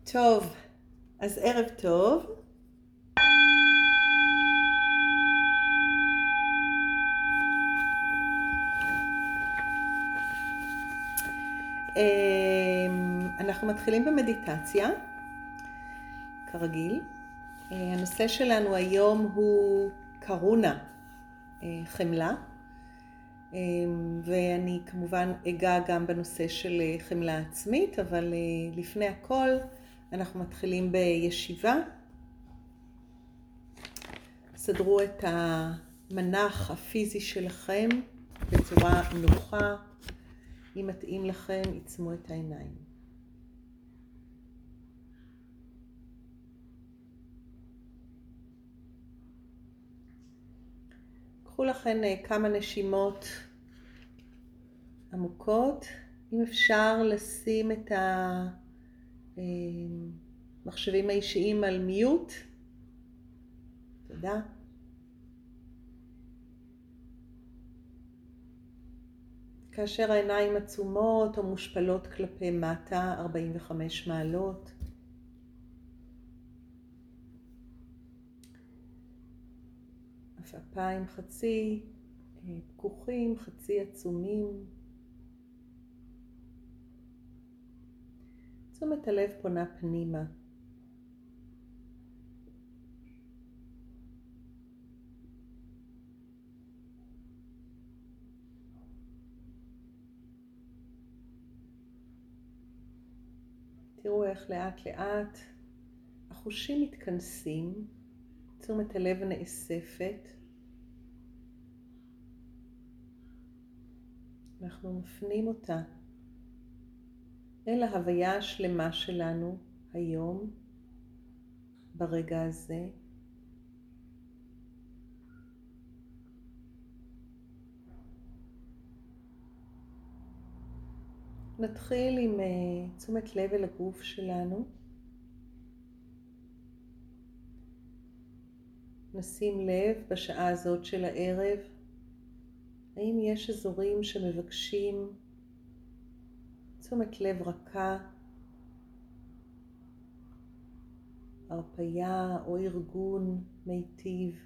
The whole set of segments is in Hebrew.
טוב, אז ערב טוב. אנחנו מתחילים במדיטציה, כרגיל. הנושא שלנו היום הוא קרונה, חמלה. ואני כמובן אגע גם בנושא של חמלה עצמית, אבל לפני הכל אנחנו מתחילים בישיבה. סדרו את המנח הפיזי שלכם בצורה נוחה. אם מתאים לכם, עצמו את העיניים. קחו לכם כמה נשימות עמוקות. אם אפשר לשים את המחשבים האישיים על מיוט. תודה. כאשר העיניים עצומות או מושפלות כלפי מטה, 45 מעלות. אפיים חצי פקוחים, חצי עצומים. תשומת הלב פונה פנימה. תראו איך לאט לאט החושים מתכנסים, תשומת הלב נאספת. אנחנו מפנים אותה אל ההוויה השלמה שלנו היום, ברגע הזה. נתחיל עם תשומת לב אל הגוף שלנו. נשים לב בשעה הזאת של הערב, האם יש אזורים שמבקשים תשומת לב רכה, הרפיה או ארגון מיטיב.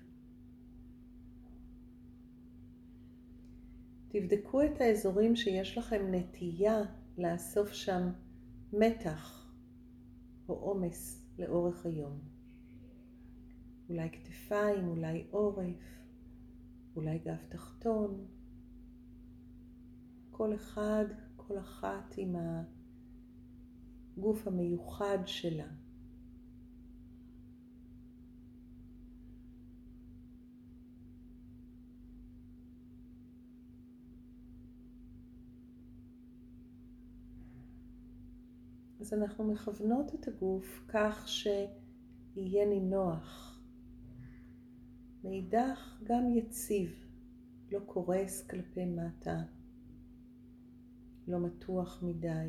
תבדקו את האזורים שיש לכם נטייה לאסוף שם מתח או עומס לאורך היום. אולי כתפיים, אולי עורף, אולי גב תחתון. כל אחד, כל אחת עם הגוף המיוחד שלה. אז אנחנו מכוונות את הגוף כך שיהיה נינוח. מאידך גם יציב, לא קורס כלפי מטה, לא מתוח מדי.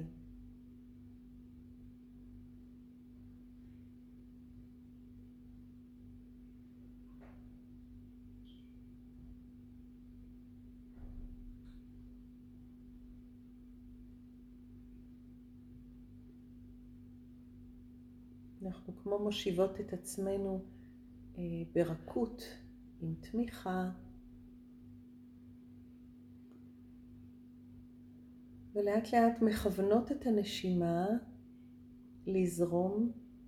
אנחנו כמו מושיבות את עצמנו ברכות, עם תמיכה, ולאט לאט מכוונות את הנשימה לזרום,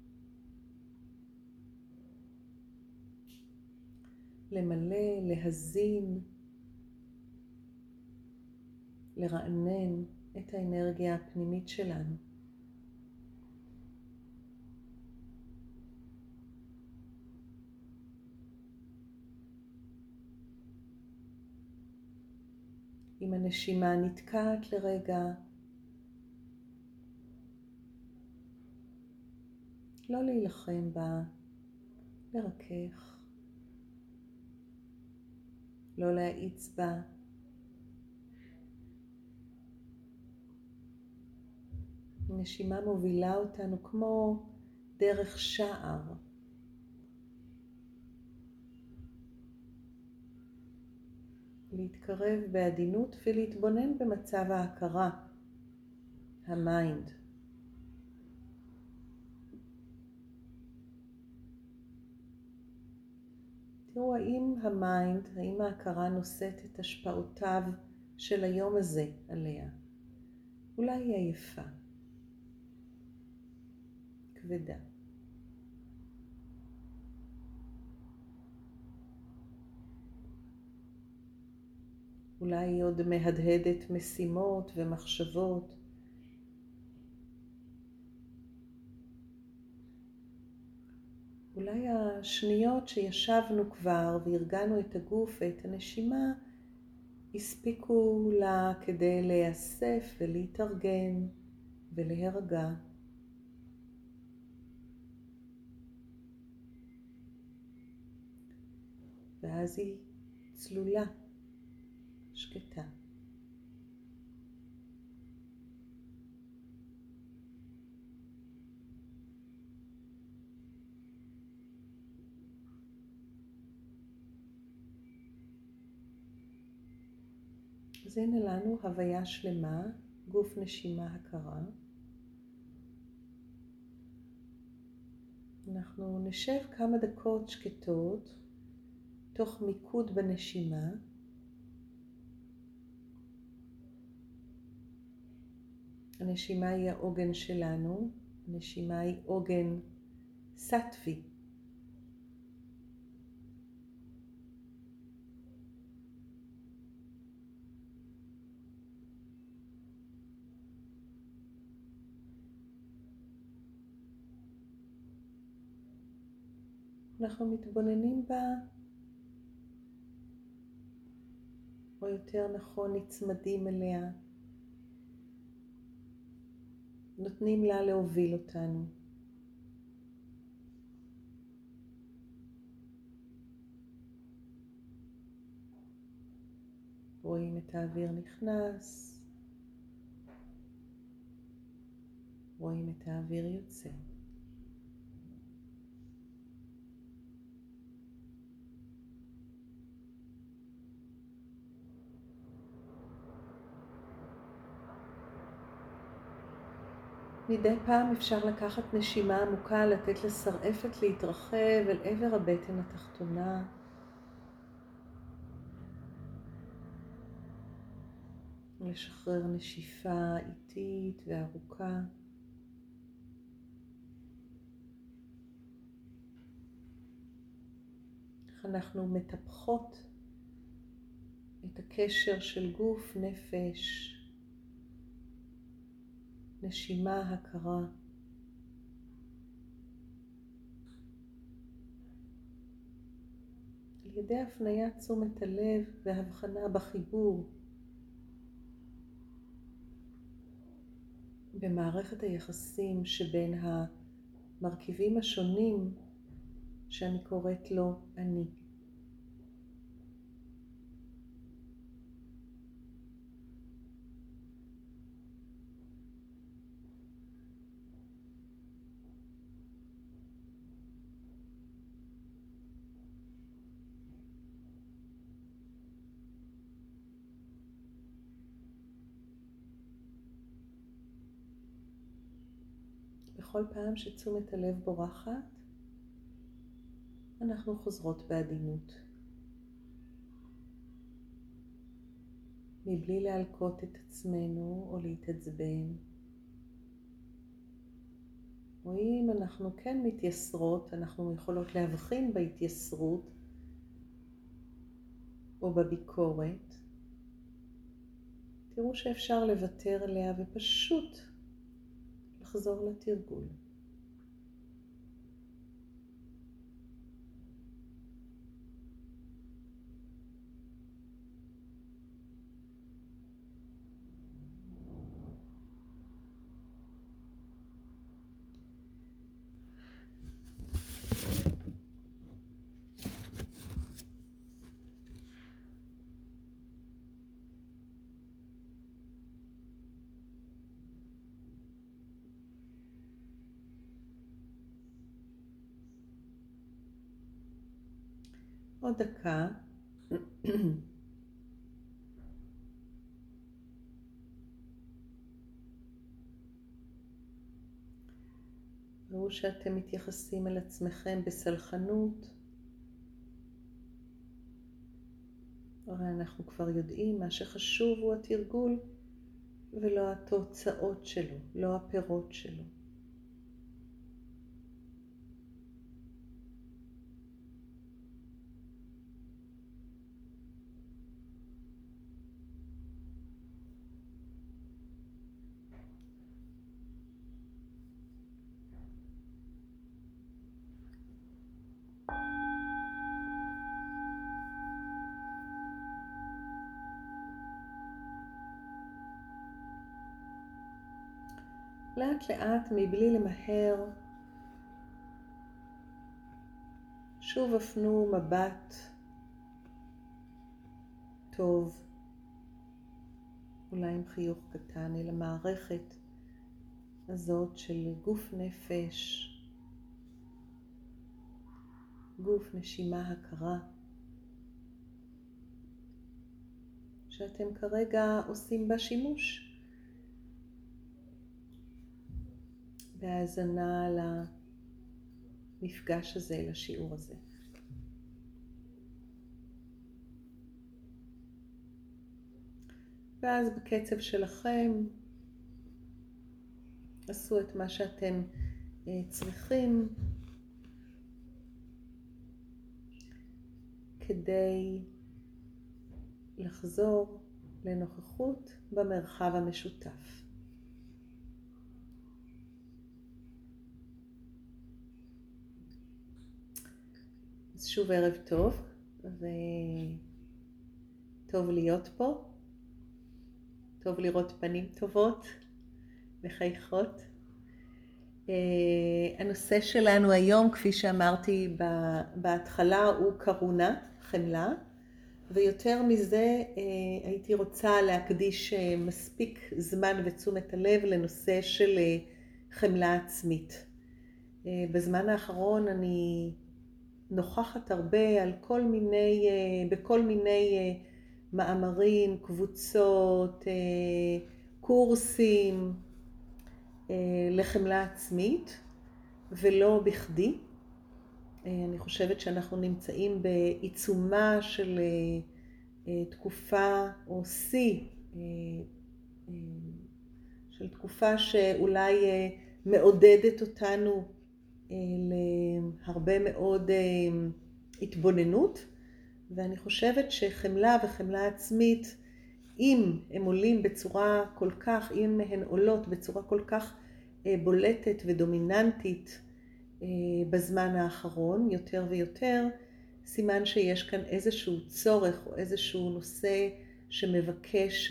למלא, להזין, לרענן את האנרגיה הפנימית שלנו. אם הנשימה נתקעת לרגע, לא להילחם בה, לרכך, לא להאיץ בה. הנשימה מובילה אותנו כמו דרך שער. להתקרב בעדינות ולהתבונן במצב ההכרה, המיינד. תראו האם ההכרה נושאת את השפעותיו של היום הזה עליה. אולי היא עייפה, כבדה. אולי היא עוד מהדהדת משימות ומחשבות. אולי השניות שישבנו כבר והרגענו את הגוף ואת הנשימה הספיקו לה כדי להיאסף ולהתארגן ולהירגע. ואז היא צלולה, שקטה. אז הנה לנו הוויה שלמה, גוף נשימה הכרה. אנחנו נשב כמה דקות שקטות, תוך מיקוד בנשימה. הנשימה היא העוגן שלנו, הנשימה היא עוגן סטווי. אנחנו מתבוננים בה, או יותר נכון נצמדים אליה, נותנים לה להוביל אותנו. רואים את האוויר נכנס, רואים את האוויר יוצא. מדי פעם אפשר לקחת נשימה עמוקה, לתת לשרעפת להתרחב אל עבר הבטן התחתונה. לשחרר נשיפה איטית וארוכה. אנחנו מטפחות את הקשר של גוף, נפש, נשימה, הכרה. על ידי הפניית תשומת הלב והבחנה בחיבור במערכת היחסים שבין המרכיבים השונים שאני קוראת לו אני. בכל פעם שתשומת הלב בורחת, אנחנו חוזרות בעדינות. מבלי להלקות את עצמנו או להתעצבן. או אם אנחנו כן מתייסרות, אנחנו יכולות להבחין בהתייסרות או בביקורת. תראו שאפשר לוותר עליה ופשוט לחזור לתרגול. עוד דקה. ראו שאתם מתייחסים אל עצמכם בסלחנות, הרי אנחנו כבר יודעים, מה שחשוב הוא התרגול ולא התוצאות שלו, לא הפירות שלו. לאט לאט מבלי למהר, שוב הפנו מבט טוב, אולי עם חיוך קטן, אל המערכת הזאת של גוף נפש, גוף נשימה הכרה, שאתם כרגע עושים בה שימוש. בהאזנה למפגש הזה, לשיעור הזה. ואז בקצב שלכם, עשו את מה שאתם צריכים כדי לחזור לנוכחות במרחב המשותף. אז שוב ערב טוב, וטוב להיות פה, טוב לראות פנים טובות, מחייכות. הנושא שלנו היום, כפי שאמרתי בהתחלה, הוא קרונה, חמלה, ויותר מזה הייתי רוצה להקדיש מספיק זמן ותשומת הלב לנושא של חמלה עצמית. בזמן האחרון אני נוכחת הרבה בכל מיני מאמרים, קבוצות, קורסים לחמלה עצמית, ולא בכדי. אני חושבת שאנחנו נמצאים בעיצומה של תקופה או שיא של תקופה שאולי מעודדת אותנו להרבה מאוד התבוננות, ואני חושבת שחמלה וחמלה עצמית, אם הן עולות בצורה כל כך בולטת ודומיננטית בזמן האחרון, יותר ויותר, סימן שיש כאן איזשהו צורך או איזשהו נושא שמבקש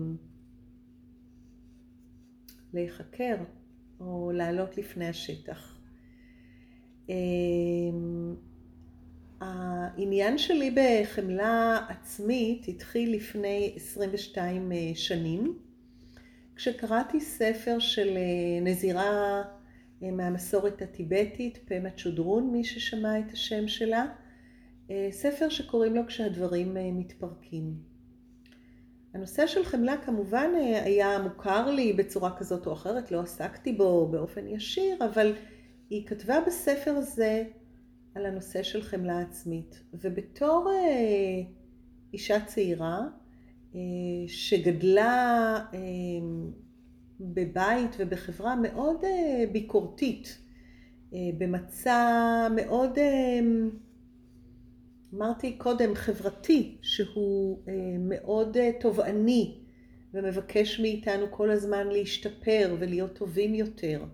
להיחקר או לעלות לפני השטח. העניין שלי בחמלה עצמית התחיל לפני 22 שנים, כשקראתי ספר של נזירה מהמסורת הטיבטית, פמה צ'ודרון, מי ששמע את השם שלה, ספר שקוראים לו כשהדברים מתפרקים. הנושא של חמלה כמובן היה מוכר לי בצורה כזאת או אחרת, לא עסקתי בו באופן ישיר, אבל היא כתבה בספר הזה על הנושא של חמלה עצמית. ובתור אישה צעירה שגדלה בבית ובחברה מאוד ביקורתית, במצע מאוד, אמרתי קודם, חברתי, שהוא מאוד תובעני ומבקש מאיתנו כל הזמן להשתפר ולהיות טובים יותר.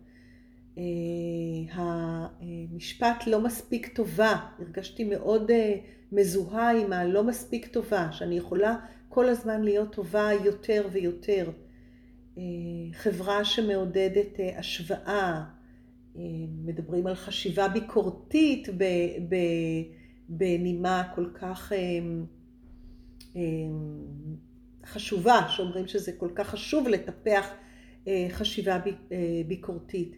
המשפט לא מספיק טובה, הרגשתי מאוד מזוהה עם הלא מספיק טובה, שאני יכולה כל הזמן להיות טובה יותר ויותר. חברה שמעודדת השוואה, מדברים על חשיבה ביקורתית בנימה כל כך חשובה, שאומרים שזה כל כך חשוב לטפח חשיבה ביקורתית.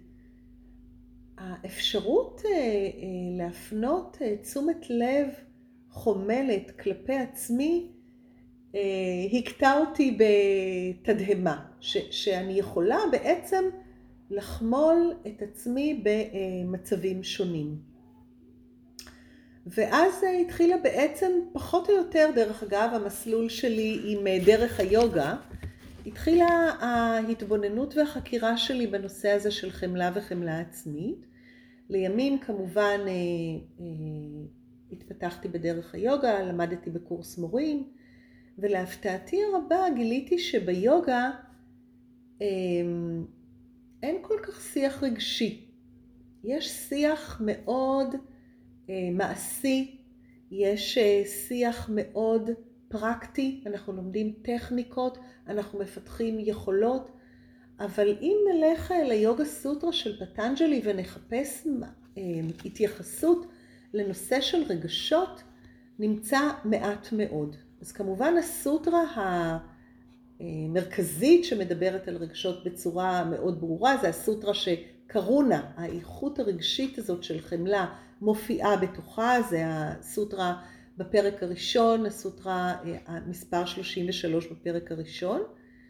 האפשרות להפנות תשומת לב חומלת כלפי עצמי הכתה אותי בתדהמה, שאני יכולה בעצם לחמול את עצמי במצבים שונים. ואז התחילה בעצם פחות או יותר, דרך אגב, המסלול שלי עם דרך היוגה, התחילה ההתבוננות והחקירה שלי בנושא הזה של חמלה וחמלה עצמית. לימים כמובן התפתחתי בדרך היוגה, למדתי בקורס מורים, ולהפתעתי הרבה גיליתי שביוגה אין כל כך שיח רגשי. יש שיח מאוד מעשי, יש שיח מאוד פרקטי, אנחנו לומדים טכניקות, אנחנו מפתחים יכולות, אבל אם נלך ליוגה סוטרה של פטנג'לי ונחפש התייחסות לנושא של רגשות, נמצא מעט מאוד. אז כמובן הסוטרה המרכזית שמדברת על רגשות בצורה מאוד ברורה, זה הסוטרה שקרונה, האיכות הרגשית הזאת של חמלה מופיעה בתוכה, זה הסוטרה בפרק הראשון, הסוטרה מספר 33 בפרק הראשון.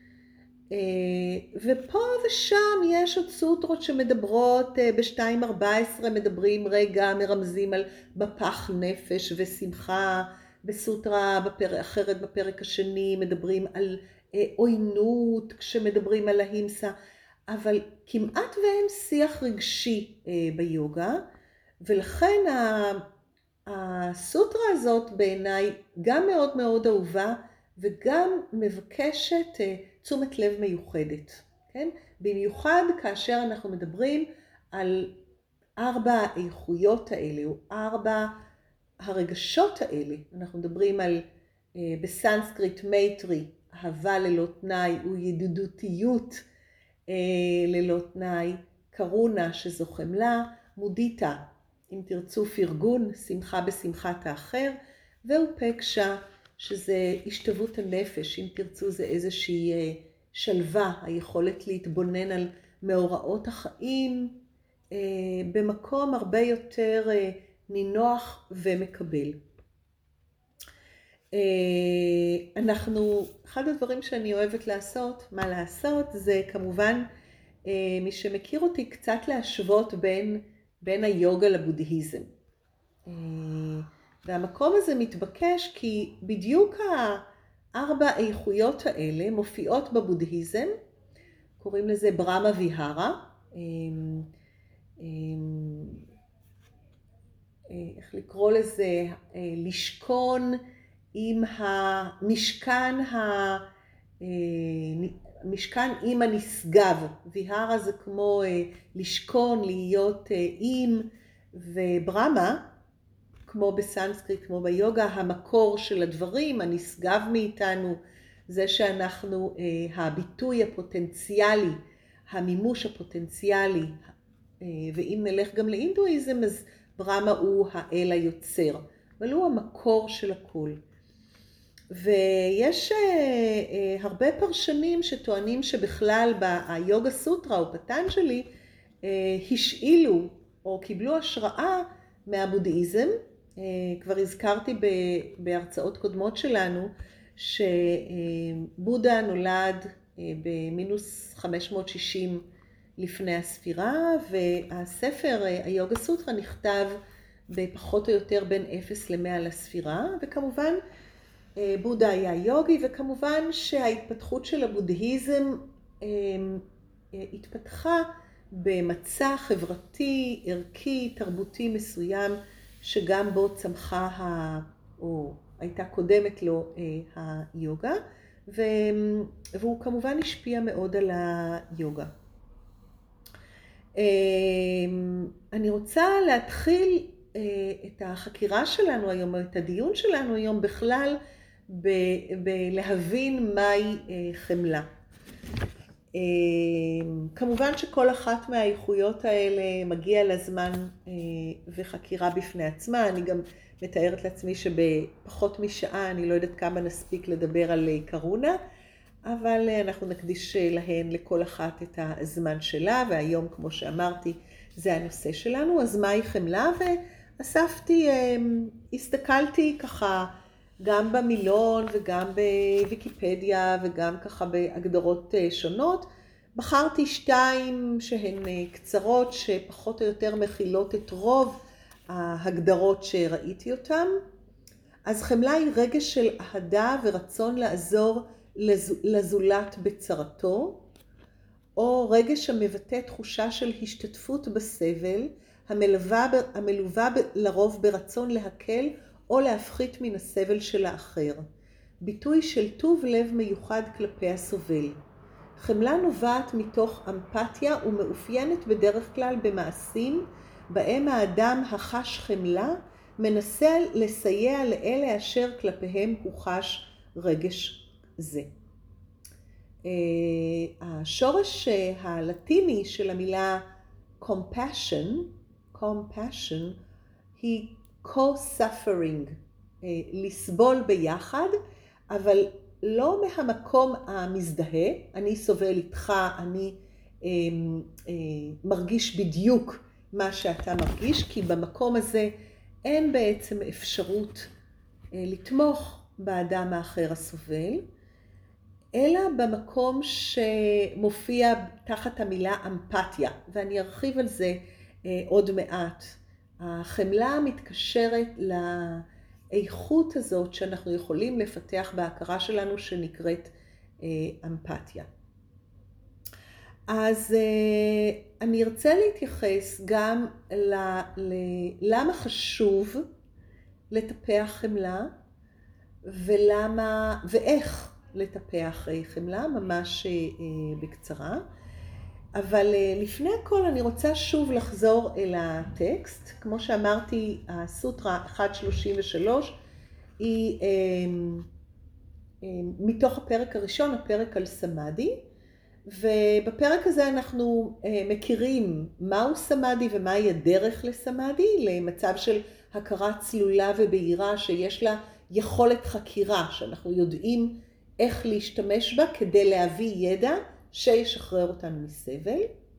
ופה ושם יש עוד סוטרות שמדברות, ב-2.14 מדברים רגע, מרמזים על בפח נפש ושמחה, בסוטרה אחרת בפרק השני מדברים על עוינות, כשמדברים על ההימסה, אבל כמעט ואין שיח רגשי ביוגה, ולכן הסוטרה הזאת בעיניי גם מאוד מאוד אהובה, וגם מבקשת תשומת לב מיוחדת, כן? במיוחד כאשר אנחנו מדברים על 4 האיכויות האלה, או 4 הרגשות האלה. אנחנו מדברים על, בסנסקריט מייטרי, אהבה ללא תנאי, וידידותיות ללא תנאי, קרונה שזו חמלה, מודיטה, אם תרצו פרגון, שמחה בשמחת האחר, ואופקשה, שזה השתוות הנפש, אם תרצו זה איזושהי שלווה, היכולת להתבונן על מאורעות החיים במקום הרבה יותר נינוח ומקבל. אחד הדברים שאני אוהבת לעשות, מה לעשות, זה כמובן, מי שמכיר אותי, קצת להשוות בין היוגה לבודהיזם. והמקום הזה מתבקש כי בדיוק 4 האיכויות האלה מופיעות בבודהיזם, קוראים לזה ברמה ויהרה, איך לקרוא לזה, לשכון עם המשכן עם הנשגב. ויהרה זה כמו לשכון, להיות עם, וברמה, כמו בסנסקריט, כמו ביוגה, המקור של הדברים, הנשגב מאיתנו, זה שאנחנו, הביטוי הפוטנציאלי, המימוש הפוטנציאלי, ואם נלך גם לאינדואיזם, אז ברמה הוא האל היוצר, אבל הוא המקור של הכל. ויש הרבה פרשנים שטוענים שבכלל ביוגה סוטרה או פטנג'לי השאילו או קיבלו השראה מהבודהיזם. כבר הזכרתי בהרצאות קודמות שלנו שבודה נולד במינוס 560 לפני הספירה, והספר היוגה סוטרה נכתב בפחות או יותר בין 0 ל-100 לספירה, וכמובן בודה היה יוגי, וכמובן שההתפתחות של הבודהיזם התפתחה במצע חברתי, ערכי, תרבותי מסוים, שגם בו צמחה או הייתה קודמת לו היוגה, והוא כמובן השפיע מאוד על היוגה. אני רוצה להתחיל את החקירה שלנו היום, את הדיון שלנו היום בכלל, בלהבין מהי חמלה. כמובן שכל אחת מהאיכויות האלה מגיע לזמן וחקירה בפני עצמה. אני גם מתארת לעצמי שבפחות משעה, אני לא יודעת כמה נספיק לדבר על קרונה, אבל אנחנו נקדיש להן לכל אחת את הזמן שלה, והיום, כמו שאמרתי, זה הנושא שלנו. אז מהי חמלה? ואספתי, הסתכלתי ככה גם במילון וגם בוויקיפדיה וגם ככה בהגדרות שונות. בחרתי 2 שהן קצרות, שפחות או יותר מכילות את רוב ההגדרות שראיתי אותן. אז חמלה היא רגש של אהדה ורצון לעזור לזולת בצרתו, או רגש המבטא תחושה של השתתפות בסבל, המלווה לרוב ברצון להקל או להפחית מן הסבל של האחר. ביטוי של טוב לב מיוחד כלפי הסובל. חמלה נובעת מתוך אמפתיה ומאופיינת בדרך כלל במעשים בהם האדם החש חמלה מנסה לסייע לאלה אשר כלפיהם הוא חש רגש זה. השורש הלטיני של המילה compassion היא co-suffering, לסבול ביחד, אבל לא מהמקום המזדהה, אני סובל איתך, אני מרגיש בדיוק מה שאתה מרגיש, כי במקום הזה אין בעצם אפשרות לתמוך באדם האחר הסובל, אלא במקום שמופיע תחת המילה אמפתיה, ואני ארחיב על זה עוד מעט. החמלה מתקשרת לאיכות הזאת שאנחנו יכולים לפתח בהכרה שלנו שנקראת אמפתיה. אז אני ארצה להתייחס גם למה חשוב לטפח חמלה ואיך לטפח חמלה, ממש בקצרה. אבל לפני הכל אני רוצה שוב לחזור אל הטקסט. כמו שאמרתי, הסוטרה 1.33 היא מתוך הפרק הראשון, הפרק על סמאדי. ובפרק הזה אנחנו מכירים מהו סמאדי ומהי הדרך לסמאדי, למצב של הכרה צלולה ובהירה שיש לה יכולת חקירה, שאנחנו יודעים איך להשתמש בה כדי להביא ידע שישחרר אותנו מסבל.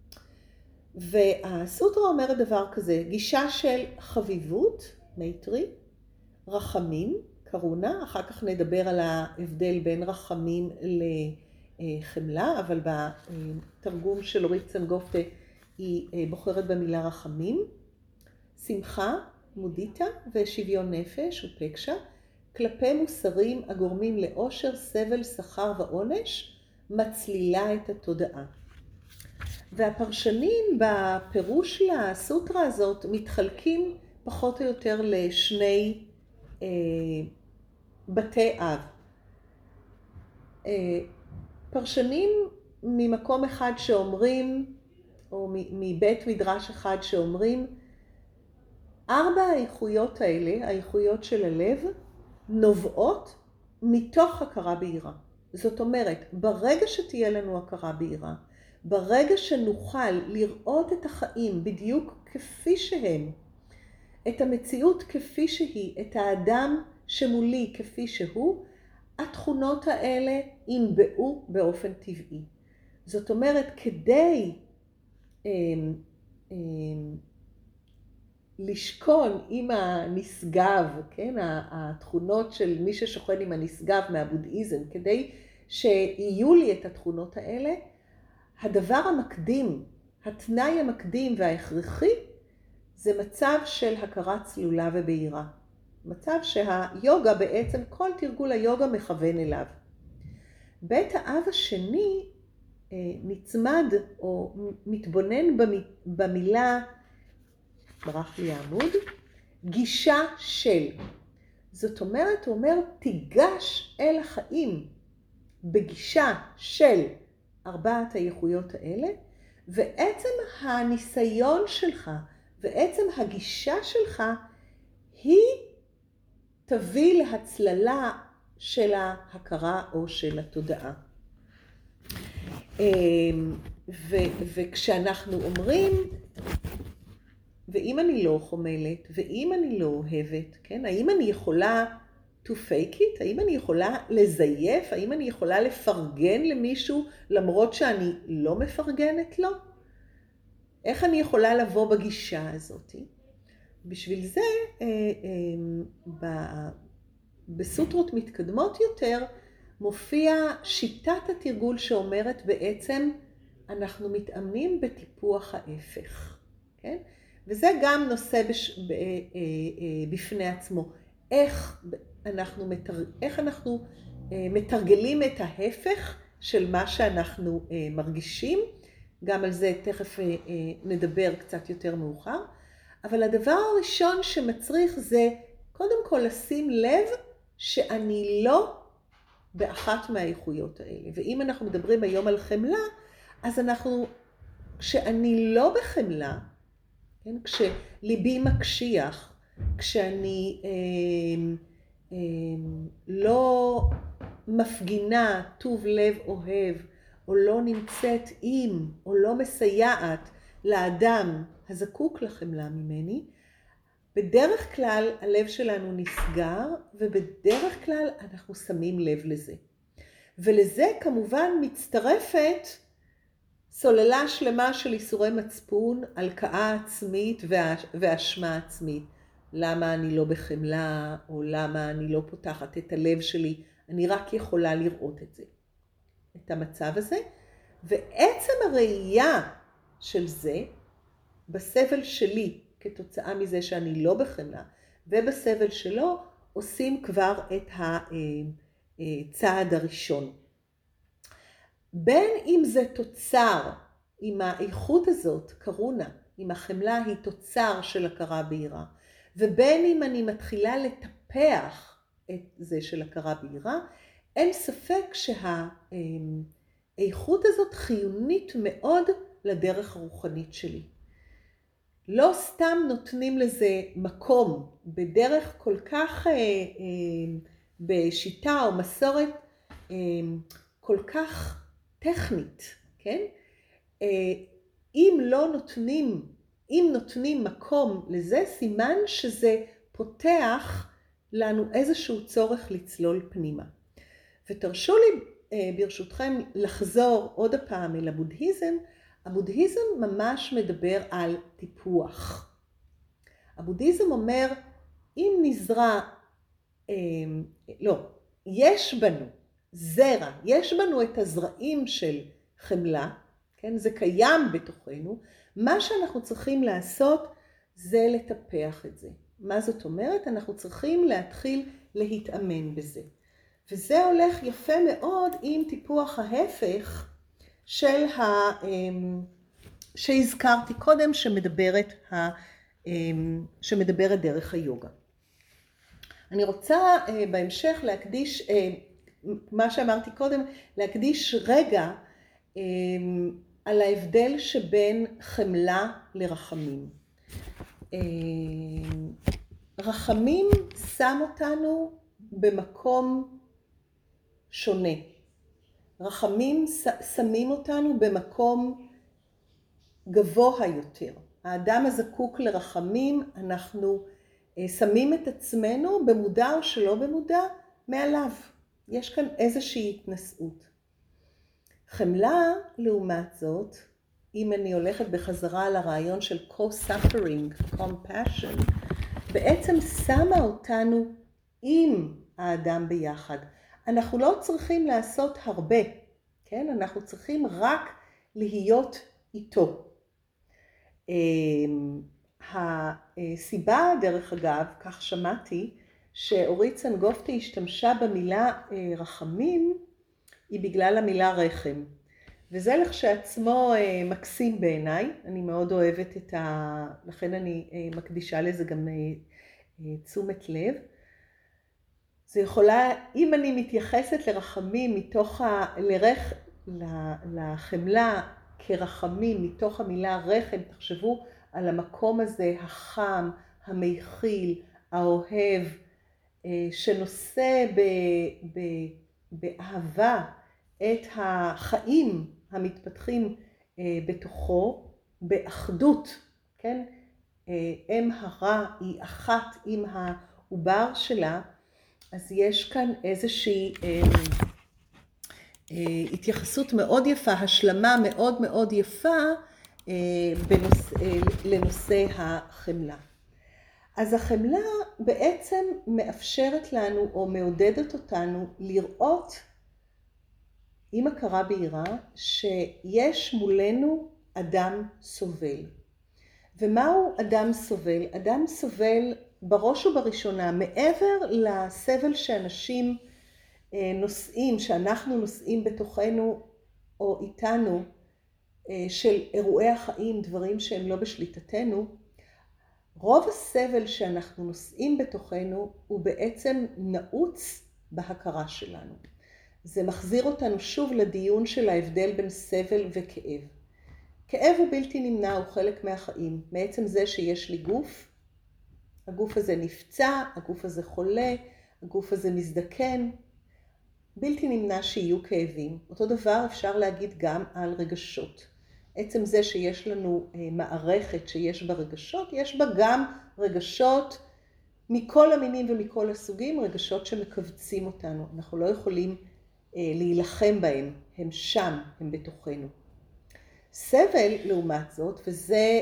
והסוטרה אומרת דבר כזה, גישה של חביבות, מייטרי, רחמים, קרונה, אחר כך נדבר על ההבדל בין רחמים לחמלה, אבל בתרגום של אורית צנגופטה היא בוחרת במילה רחמים, שמחה, מודיטה ושוויון נפש ופקשה, כלפי מוסרים הגורמים לאושר, סבל, שכר ועונש, מצלילה את התודעה. והפרשנים בפירוש לסוטרה הזאת מתחלקים פחות או יותר לשני בתי אב. פרשנים ממקום אחד שאומרים, או מבית מדרש אחד שאומרים, 4 האיכויות האלה, האיכויות של הלב, נובעות מתוך הכרה בהירה. זאת אומרת, ברגע שתהיה לנו הכרה בהירה, ברגע שנוכל לראות את החיים בדיוק כפי שהם, את המציאות כפי שהיא, את האדם שמולי כפי שהוא, התכונות האלה ינבעו באופן טבעי. זאת אומרת, כדי לשכון עם הנשגב, כן? התכונות של מי ששוכן עם הנשגב מהבודהיזם, כדי שיהיו לי את התכונות האלה, הדבר המקדים, התנאי המקדים וההכרחי, זה מצב של הכרה צלולה ובהירה. מצב שהיוגה בעצם, כל תרגול היוגה מכוון אליו. בית האב השני נצמד או מתבונן במילה, ברח לי העמוד, גישה של. זאת אומרת, הוא אומר, תיגש אל החיים בגישה של 4 האיכויות האלה, ועצם הניסיון שלך ועצם הגישה שלך היא תביא להצללה של ההכרה או של התודעה. וכשאנחנו אומרים, ואם אני לא חומלת, ואם אני לא אוהבת, כן? האם אני יכולה to fake it? האם אני יכולה לזייף? האם אני יכולה לפרגן למישהו למרות שאני לא מפרגנת לו? איך אני יכולה לבוא בגישה הזאת? בשביל זה, בסוטרות מתקדמות יותר, מופיע שיטת התרגול שאומרת בעצם, אנחנו מתאמנים בטיפוח ההפך. כן? וזה גם נושא בפני עצמו. איך אנחנו מתרגלים את ההפך של מה שאנחנו מרגישים. גם על זה תכף נדבר קצת יותר מאוחר. אבל הדבר הראשון שמצריך זה קודם כל לשים לב שאני לא באחת מהאיכויות האלה. ואם אנחנו מדברים היום על חמלה, אז כשאני לא בחמלה, כן? כשליבי מקשיח, כשאני לא מפגינה טוב לב אוהב, או לא נמצאת עם, או לא מסייעת לאדם הזקוק לחמלה ממני, בדרך כלל הלב שלנו נסגר, ובדרך כלל אנחנו שמים לב לזה. ולזה כמובן מצטרפת סוללה שלמה של איסורי מצפון, הלקאה עצמית ואשמה עצמית. למה אני לא בחמלה, או למה אני לא פותחת את הלב שלי, אני רק יכולה לראות את זה, את המצב הזה. ועצם הראייה של זה, בסבל שלי, כתוצאה מזה שאני לא בחמלה, ובסבל שלו, עושים כבר את הצעד הראשון. בין אם זה תוצר, אם האיכות הזאת, קרונה, אם החמלה היא תוצר של הכרה בהירה, ובין אם אני מתחילה לטפח את זה של הכרה בהירה, אין ספק שהאיכות הזאת חיונית מאוד לדרך הרוחנית שלי. לא סתם נותנים לזה מקום בדרך כל כך, בשיטה או מסורת כל כך טכנית, כן? אם נותנים מקום לזה, סימן שזה פותח לנו איזשהו צורך לצלול פנימה. ותרשו לי ברשותכם לחזור עוד הפעם אל הבודהיזם. הבודהיזם ממש מדבר על טיפוח. הבודהיזם אומר, אם נזרע, יש בנו זרע, יש בנו את הזרעים של חמלה, כן? זה קיים בתוכנו. מה שאנחנו צריכים לעשות זה לטפח את זה. מה זאת אומרת? אנחנו צריכים להתחיל להתאמן בזה. וזה הולך יפה מאוד עם טיפוח ההפך של שהזכרתי קודם, שמדברת דרך היוגה. אני רוצה בהמשך להקדיש, מה שאמרתי קודם, להקדיש רגע על ההבדל שבין חמלה לרחמים. רחמים שם אותנו במקום שונה. רחמים שמים אותנו במקום גבוה יותר. האדם הזקוק לרחמים, אנחנו שמים את עצמנו במודע או שלא במודע מעליו. יש כאן איזושהי התנשאות. חמלה, לעומת זאת, אם אני הולכת בחזרה לרעיון של co-suffering, compassion, בעצם שמה אותנו עם האדם ביחד. אנחנו לא צריכים לעשות הרבה, כן? אנחנו צריכים רק להיות איתו. הסיבה, דרך אגב, כך שמעתי, שאורית סנגופטי השתמשה במילה רחמים, היא בגלל המילה רחם. וזה לכשעצמו מקסים בעיניי, אני מאוד אוהבת לכן אני מקדישה לזה גם תשומת לב. זה יכולה, אם אני מתייחסת לרחמים לחמלה כרחמים מתוך המילה רחם, תחשבו על המקום הזה החם, המכיל, האוהב, שנושא באהבה את החיים המתפתחים בתוכו, באחדות, כן? אם הרע היא אחת עם העובר שלה, אז יש כאן איזושהי התייחסות מאוד יפה, השלמה מאוד מאוד יפה לנושא החמלה. אז החמלה בעצם מאפשרת לנו או מעודדת אותנו לראות עם הכרה בהירה שיש מולנו אדם סובל. ומהו אדם סובל? אדם סובל בראש ובראשונה, מעבר לסבל שאנשים נושאים, שאנחנו נושאים בתוכנו או איתנו, של אירועי החיים, דברים שהם לא בשליטתנו, רוב הסבל שאנחנו נושאים בתוכנו הוא בעצם נעוץ בהכרה שלנו. זה מחזיר אותנו שוב לדיון של ההבדל בין סבל וכאב. כאב הוא בלתי נמנע, הוא חלק מהחיים. מעצם זה שיש לי גוף, הגוף הזה נפצע, הגוף הזה חולה, הגוף הזה מזדקן, בלתי נמנע שיהיו כאבים. אותו דבר אפשר להגיד גם על רגשות. עצם זה שיש לנו מערכת שיש בה רגשות, יש בה גם רגשות מכל המינים ומכל הסוגים, רגשות שמקבצים אותנו. אנחנו לא יכולים להילחם בהם, הם שם, הם בתוכנו. סבל לעומת זאת, וזה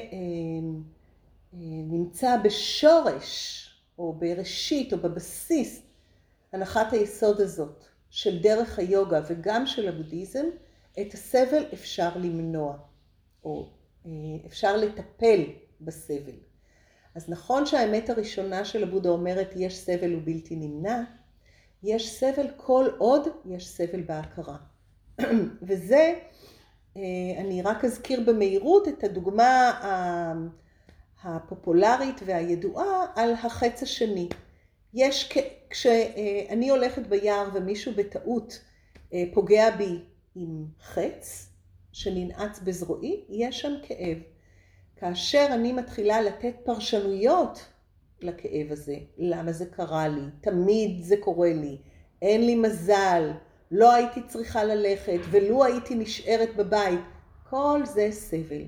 נמצא בשורש או בראשית או בבסיס הנחת היסוד הזאת של דרך היוגה וגם של הבודהיזם, את הסבל אפשר למנוע או אפשר לטפל בסבל. אז נכון שהאמת הראשונה של הבודה אומרת יש סבל הוא בלתי נמנע, יש סבל כל עוד יש סבל בהכרה. וזה, אני רק אזכיר במהירות את הדוגמה הפופולרית והידועה על החץ השני. כשאני הולכת ביער ומישהו בטעות פוגע בי עם חץ שננעץ בזרועי, יש שם כאב. כאשר אני מתחילה לתת פרשנויות לכאב הזה, למה זה קרה לי, תמיד זה קורה לי, אין לי מזל, לא הייתי צריכה ללכת ולא הייתי נשארת בבית, כל זה סבל.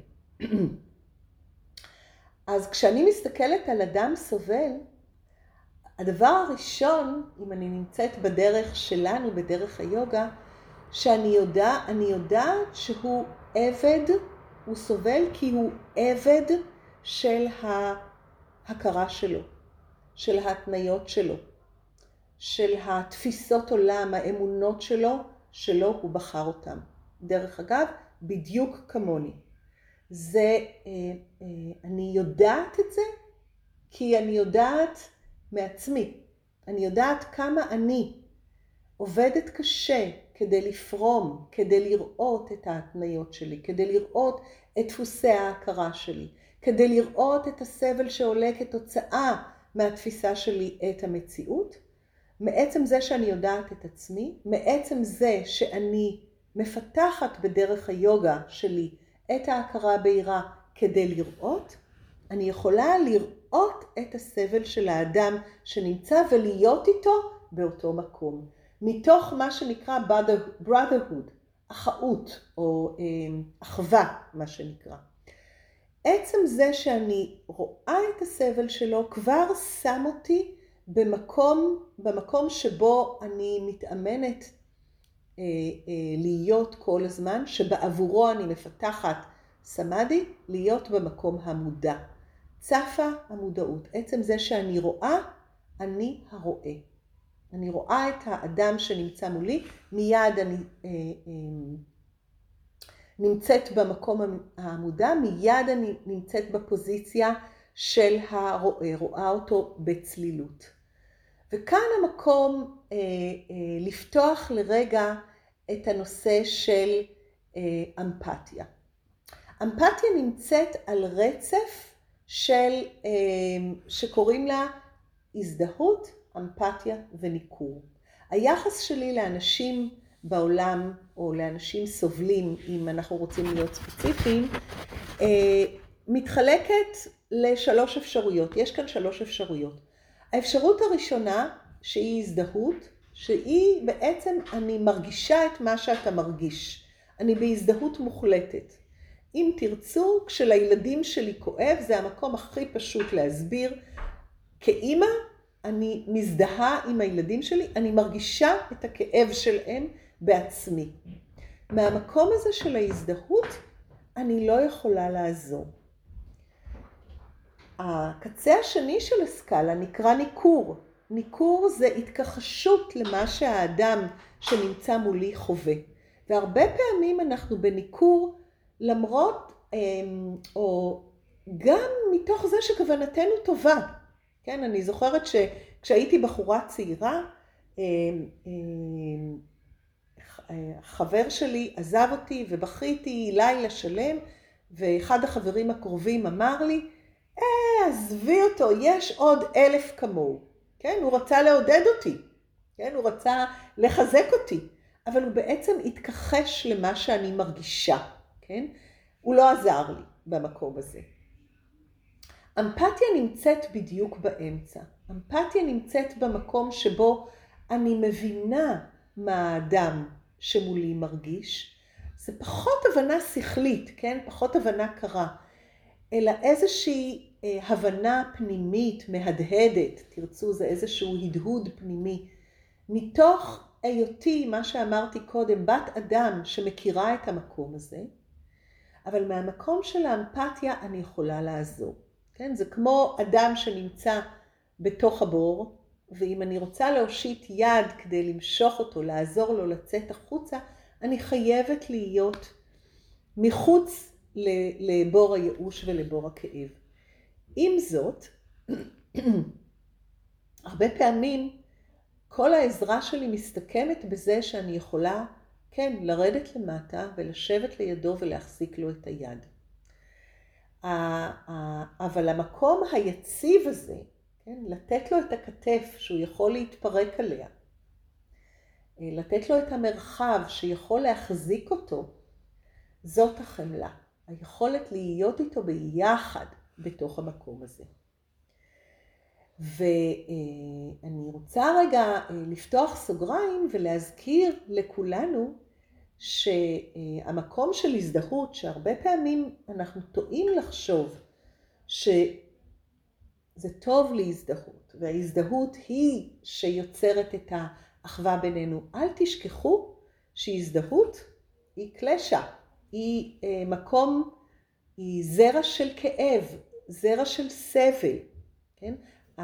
אז כשאני מסתכלת על אדם סובל, הדבר הראשון, אם אני נמצאת בדרך שלנו, בדרך היוגה, שאני יודעת שהוא עבד, הוא סובל כי הוא עבד של ההכרה שלו, של ההתניות שלו, של התפיסות עולם, האמונות שלו הוא בחר אותם. דרך אגב, בדיוק כמוני. אני יודעת את זה כי אני יודעת מעצמי. אני יודעת כמה אני עובדת קשה כדי לפרום, כדי לראות את ההתניות שלי, כדי לראות את דפוסי ההכרה שלי, כדי לראות את הסבל שעולה כתוצאה מהתפיסה שלי את המציאות. מעצם זה שאני יודעת את עצמי, מעצם זה שאני מפתחת בדרך היוגה שלי את ההכרה הבהירה כדי לראות, אני יכולה לראות את הסבל של האדם שנמצא ולהיות איתו באותו מקום. מתוך מה שנקרא brotherhood, אחאות או אחווה, מה שנקרא. עצם זה שאני רואה את הסבל שלו כבר שם אותי במקום שבו אני מתאמנת להיות כל הזמן, שבעבורו אני מפתחת סמאדי, להיות במקום המודע. צפה המודעות. עצם זה שאני רואה, אני הרואה. אני רואה את האדם שנמצא מולי, מיד אני נמצאת במקום המודע, מיד אני נמצאת בפוזיציה של הרואה, רואה אותו בצלילות. וכאן המקום לפתוח לרגע את הנושא של אמפתיה. אמפתיה נמצאת על רצף שקוראים לה הזדהות, אמפתיה וניכור. היחס שלי לאנשים בעולם, או לאנשים סובלים, אם אנחנו רוצים להיות ספציפיים, מתחלקת לשלוש אפשרויות. יש כאן שלוש אפשרויות. האפשרות הראשונה, שהיא הזדהות, שהיא בעצם אני מרגישה את מה שאתה מרגיש. אני בהזדהות מוחלטת. אם תרצו, כשלילדים שלי כואב, זה המקום הכי פשוט להסביר. כאימא, אני מזדהה עם הילדים שלי, אני מרגישה את הכאב שלהם בעצמי. מהמקום הזה של ההזדהות, אני לא יכולה לעזור. הקצה השני של הסקאלה נקרא ניכור. ניכור זה התכחשות למה שהאדם שנמצא מולי חווה. והרבה פעמים אנחנו בניכור, למרות או גם מתוך זה שכוונתנו טובה. כן, אני זוכרת שכשהייתי בחורה צעירה, חבר שלי עזב אותי ובכיתי לילה שלם, ואחד החברים הקרובים אמר לי, עזבי אותו, יש עוד 1,000 כמוהו. כן, הוא רצה לעודד אותי, כן, הוא רצה לחזק אותי, אבל הוא בעצם התכחש למה שאני מרגישה, כן? הוא לא עזר לי במקום הזה. אמפתיה נמצאת בדיוק באמצע. אמפתיה נמצאת במקום שבו אני מבינה מה האדם שמולי מרגיש. זה פחות הבנה שכלית, כן? פחות הבנה קרה, אלא איזושהי הבנה פנימית, מהדהדת, תרצו, זה איזשהו הדהוד פנימי, מתוך היותי, מה שאמרתי קודם, בת אדם שמכירה את המקום הזה, אבל מהמקום של האמפתיה אני יכולה לעזור. כן? זה כמו אדם שנמצא בתוך הבור, ואם אני רוצה להושיט יד כדי למשוך אותו, לעזור לו לצאת החוצה, אני חייבת להיות מחוץ לבור הייאוש ולבור הכאב. עם זאת, הרבה פעמים כל העזרה שלי מסתכמת בזה שאני יכולה, כן, לרדת למטה ולשבת לידו ולהחזיק לו את היד. אבל המקום היציב הזה, כן, לתת לו את הכתף שהוא יכול להתפרק עליה, לתת לו את המרחב שיכול להחזיק אותו, זאת החמלה. היכולת להיות איתו ביחד בתוך המקום הזה. ואני רוצה רגע לפתוח סוגריים ולהזכיר לכולנו שהמקום של הזדהות, שהרבה פעמים אנחנו טועים לחשוב שזה טוב להזדהות, וההזדהות היא שיוצרת את האחווה בינינו. אל תשכחו שהזדהות היא קלשה, היא מקום, היא זרע של כאב, זרע של סבל, כן?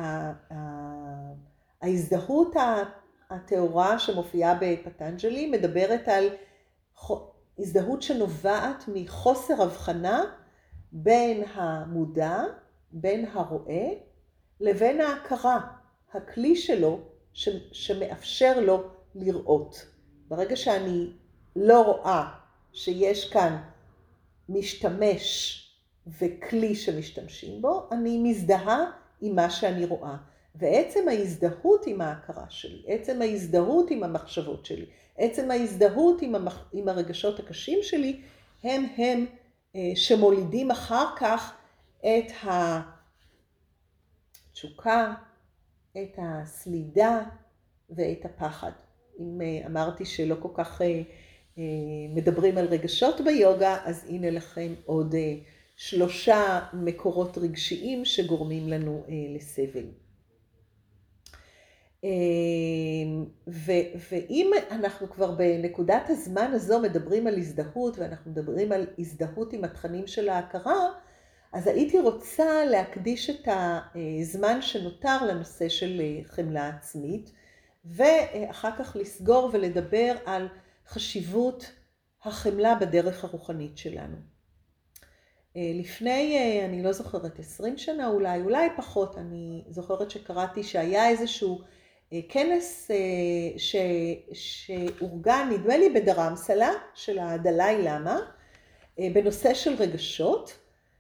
ההזדהות התאורה שמופיעה בפטנג'לי מדברת על הזדהות שנובעת מחוסר הבחנה בין המודע, בין הרואה, לבין ההכרה, הכלי שלו שמאפשר לו לראות. ברגע שאני לא רואה שיש כאן משתמש וכלי שמשתמשים בו, אני מזדהה עם מה שאני רואה. ועצם ההזדהות עם ההכרה שלי, עצם ההזדהות עם המחשבות שלי, עצם ההזדהות עם הרגשות הקשים שלי, הם שמולידים אחר כך את התשוקה, את הסלידה ואת הפחד. אם אמרתי שלא כל כך מדברים על רגשות ביוגה, אז הנה לכם עוד 3 מקורות רגשיים שגורמים לנו לסבל. ואם אנחנו כבר בנקודת הזמן הזו מדברים על הזדהות, ואנחנו מדברים על הזדהות עם התכנים של ההכרה, אז הייתי רוצה להקדיש את הזמן שנותר לנושא של חמלה עצמית, ואחר כך לסגור ולדבר על חשיבות החמלה בדרך הרוחנית שלנו. לפני, אני לא זוכרת, 20 שנה אולי פחות, אני זוכרת שקראתי שהיה איזשהו כנס שאורגן, נדמה לי בדרמסלה של הדלאי למה, בנושא של רגשות,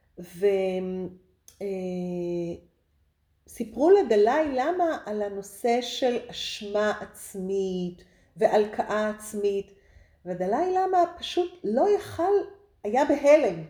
וסיפרו לדלאי למה על הנושא של אשמה עצמית והלקאה עצמית, ודלאי למה פשוט לא יכל, היה בהלם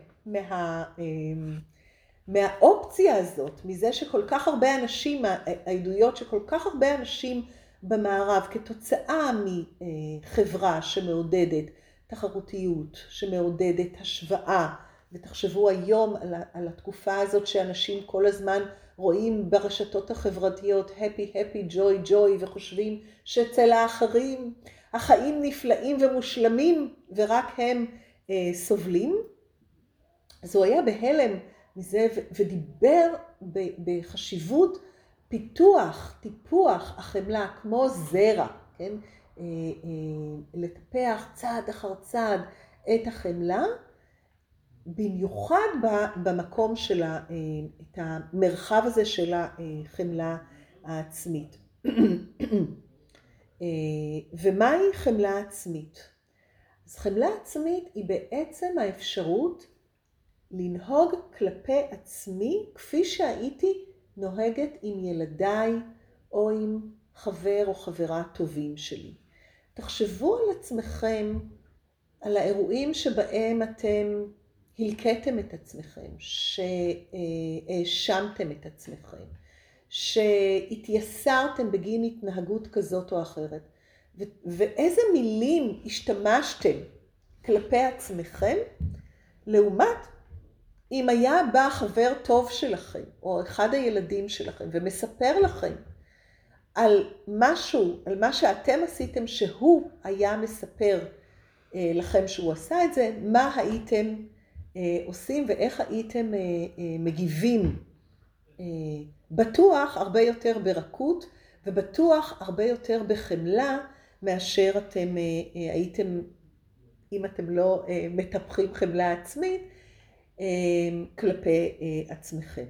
מהאופציה הזאת, מזה שכל כך הרבה אנשים, העדויות שכל כך הרבה אנשים במערב, כתוצאה מחברה שמעודדת תחרותיות, שמעודדת השוואה, ותחשבו היום על התקופה הזאת שאנשים כל הזמן רואים ברשתות החברתיות happy, happy, joy, joy, וחושבים שאצל האחרים החיים נפלאים ומושלמים, ורק הם סובלים. אז הוא היה בהלם מזה ודיבר בחשיבות טיפוח החמלה כמו זרע, כן? לטפח צעד אחר צעד את החמלה, במיוחד במקום של את המרחב הזה של החמלה העצמית. ומהי חמלה עצמית? אז חמלה עצמית היא בעצם האפשרות לנהוג כלפי עצמי כפי שהייתי נוהגת עם ילדיי או עם חבר או חברה טובים שלי. תחשבו על עצמכם, על האירועים שבהם אתם הלקטתם את עצמכם, שהאשמתם את עצמכם, שהתייסרתם בגין התנהגות כזאת או אחרת, ואיזה מילים השתמשתם כלפי עצמכם, לעומת אם היה בא חבר טוב שלכם, או אחד הילדים שלכם, ומספר לכם על משהו, על מה שאתם עשיתם שהוא היה מספר לכם שהוא עשה את זה, מה הייתם עושים ואיך הייתם מגיבים. בטוח הרבה יותר ברכות, ובטוח הרבה יותר בחמלה, מאשר אתם הייתם, אם אתם לא מטפחים חמלה עצמית, כלפי עצמכם.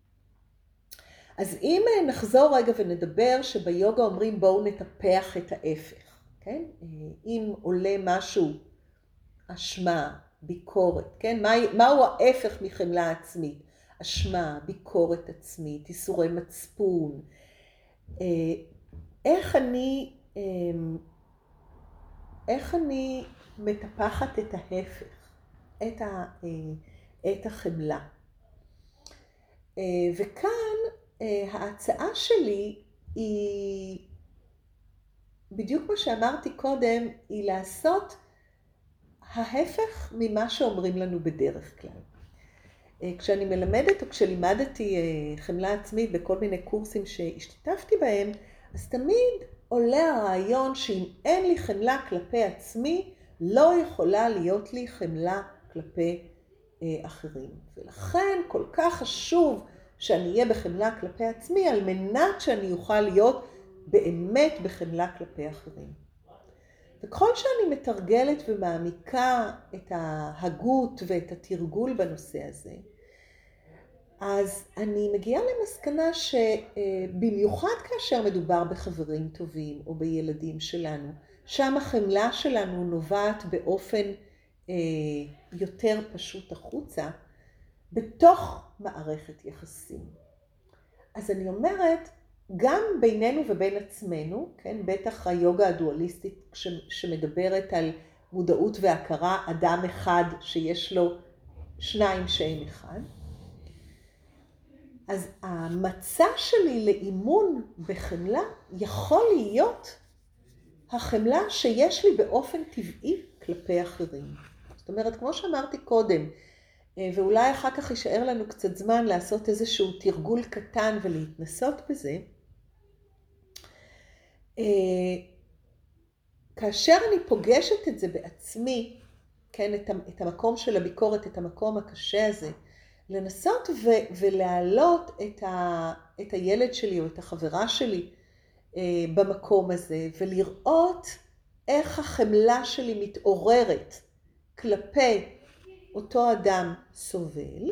אז אם נחזור רגע ונדבר שביוגה אומרים בואו נטפח את ההפך, כן? אם עולה משהו, אשמה, ביקורת, כן? מהו ההפך מחמלה עצמית? אשמה, ביקורת עצמית, איסורי מצפון. איך אני מטפחת את ההפך, את החמלה. וכאן ההצעה שלי היא, בדיוק מה שאמרתי קודם, היא לעשות ההפך ממה שאומרים לנו בדרך כלל. כשאני מלמדת או כשלימדתי חמלה עצמית בכל מיני קורסים שהשתתפתי בהם, אז תמיד עולה הרעיון שאם אין לי חמלה כלפי עצמי, לא יכולה להיות לי חמלה כלפי אחרים. ולכן כל כך חשוב שאני אהיה בחמלה כלפי עצמי, על מנת שאני אוכל להיות באמת בחמלה כלפי אחרים. וככל שאני מתרגלת ומעמיקה את ההגות ואת התרגול בנושא הזה, אז אני מגיעה למסקנה שבמיוחד כאשר מדובר בחברים טובים או בילדים שלנו, שם החמלה שלנו נובעת באופן יותר פשוט החוצה, בתוך מערכת יחסים. אז אני אומרת, גם בינינו ובין עצמנו, כן, בטח היוגה הדואליסטית שמדברת על מודעות והכרה, אדם אחד שיש לו שניים שהם אחד, אז המצע שלי לאימון בחמלה יכול להיות החמלה שיש לי באופן טבעי כלפי אחרים. זאת אומרת, כמו שאמרתי קודם, ואולי אחר כך יישאר לנו קצת זמן לעשות איזשהו תרגול קטן ולהתנסות בזה, כאשר אני פוגשת את זה בעצמי, כן, את המקום של הביקורת, את המקום הקשה הזה, לנסות ולהעלות את הילד שלי או את החברה שלי במקום הזה, ולראות איך החמלה שלי מתעוררת כלפי אותו אדם סובל,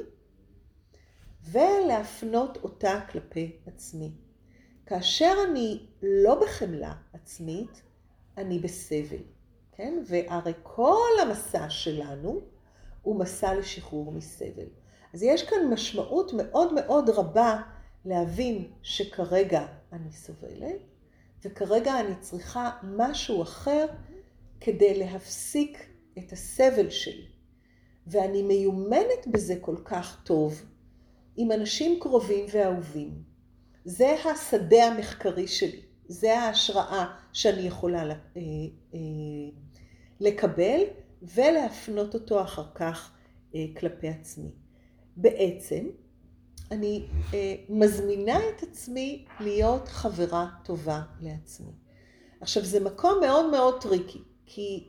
ולהפנות אותה כלפי עצמי. כאשר אני לא בחמלה עצמית, אני בסבל, כן? והרי כל המסע שלנו הוא מסע לשחרור מסבל. אז יש כאן משמעות מאוד מאוד רבה להבין שכרגע אני סובלת, וכרגע אני צריכה משהו אחר כדי להפסיק את הסבל שלי. ואני מיומנת בזה כל כך טוב עם אנשים קרובים ואהובים. זה השדה המחקרי שלי, זה ההשראה שאני יכולה לקבל ולהפנות אותו אחר כך כלפי עצמי. בעצם אני מזמינה את עצמי להיות חברה טובה לעצמי. עכשיו זה מקום מאוד מאוד טריקי, כי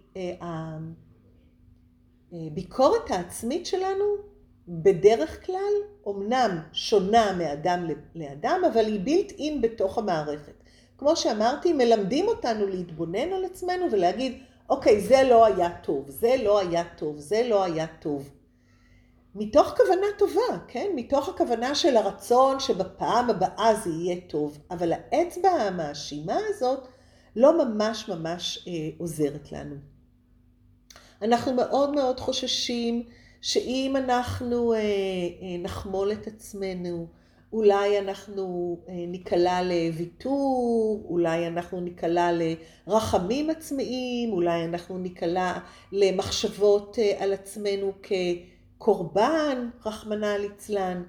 הביקורת העצמית שלנו בדרך כלל אומנם שונה מאדם לאדם, אבל היא בילט אין בתוך המערכת. כמו שאמרתי, מלמדים אותנו להתבונן על עצמנו ולהגיד, אוקיי, זה לא היה טוב, זה לא היה טוב, זה לא היה טוב. מתוך כוונה טובה, כן? מתוך הכוונה של הרצון שבפעם הבאה זה יהיה טוב. אבל האצבע המאשימה הזאת לא ממש עוזרת לנו. אנחנו מאוד מאוד חוששים שאם אנחנו נחמול את עצמנו, אולי אנחנו ניקלע לוויתור, אולי אנחנו ניקלע לרחמים עצמיים, אולי אנחנו ניקלע למחשבות על עצמנו כקורבן, רחמנא ליצלן.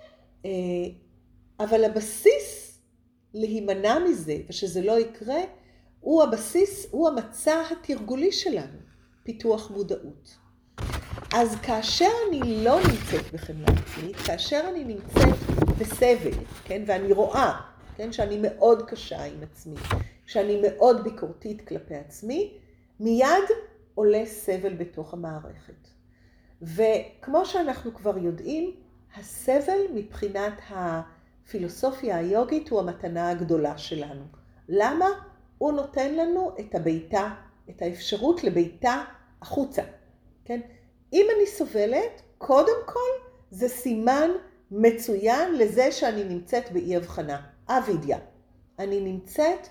אבל הבסיס להימנע מזה ושזה לא יקרה, הוא הבסיס, הוא המצע התרגולי שלנו, פיתוח מודעות. אז כאשר אני לא נמצאת בחמלה עצמית, כאשר אני נמצאת בסבל, כן, ואני רואה, כן, שאני מאוד קשה עם עצמי, שאני מאוד ביקורתית כלפי עצמי, מיד עולה סבל בתוך המערכת. וכמו שאנחנו כבר יודעים, הסבל מבחינת הפילוסופיה היוגית הוא המתנה הגדולה שלנו. למה? הוא נותן לנו את הביתה, את האפשרות לביתה החוצה. כן? אם אני סובלת, קודם כל זה סימן מצוין לזה שאני נמצאת באי הבחנה, אבידיה. אני נמצאת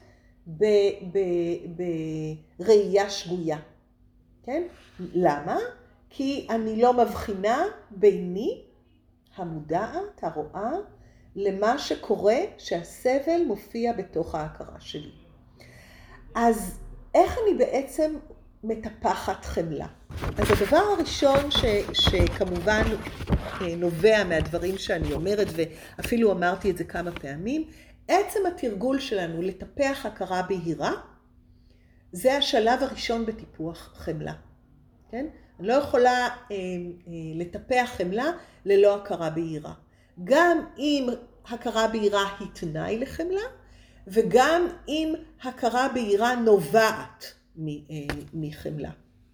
בראייה שגויה. כן? למה? כי אני לא מבחינה ביני, המודעת, הרואה, למה שקורה שהסבל מופיע בתוך ההכרה שלי. אז איך אני בעצם מטפחת חמלה? אז הדבר הראשון שכמובן נובע מהדברים שאני אומרת, ואפילו אמרתי את זה כמה פעמים, עצם התרגול שלנו לטפח הכרה בהירה, זה השלב הראשון בטיפוח חמלה. כן? אני לא יכולה לטפח חמלה ללא הכרה בהירה. גם אם הכרה בהירה היא תנאי לחמלה, וגם אם הכרה בהירה נובעת מחמלה.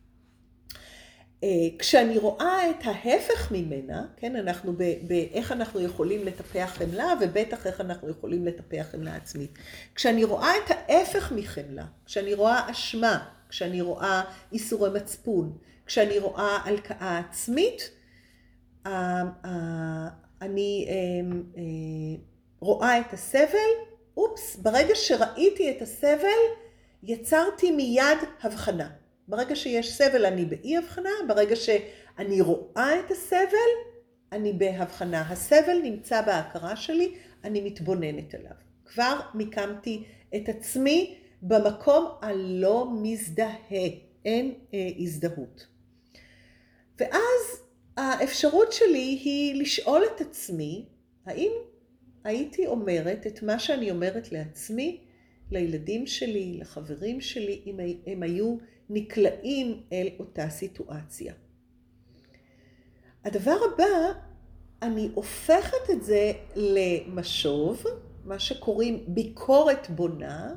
כשאני רואה את ההפך ממנה, כן, אנחנו באיך אנחנו יכולים לטפח חמלה, ובטח איך אנחנו יכולים לטפח חמלה עצמית. כשאני רואה את ההפך מחמלה, כשאני רואה אשמה, כשאני רואה איסורי מצפון, כשאני רואה הלקאה עצמית, אני רואה את הסבל, ברגע שראיתי את הסבל, יצרתי מיד הבחנה. ברגע שיש סבל אני באי הבחנה, ברגע שאני רואה את הסבל, אני בהבחנה. הסבל נמצא בהכרה שלי, אני מתבוננת עליו. כבר מיקמתי את עצמי במקום הלא מזדהה, אין הזדהות. ואז האפשרות שלי היא לשאול את עצמי, האם הייתי אומרת את מה שאני אומרת לעצמי, לילדים שלי, לחברים שלי, אם הם היו נקלעים אל אותה סיטואציה. הדבר הבא, אני הופכת את זה למשוב, מה שקוראים ביקורת בונה,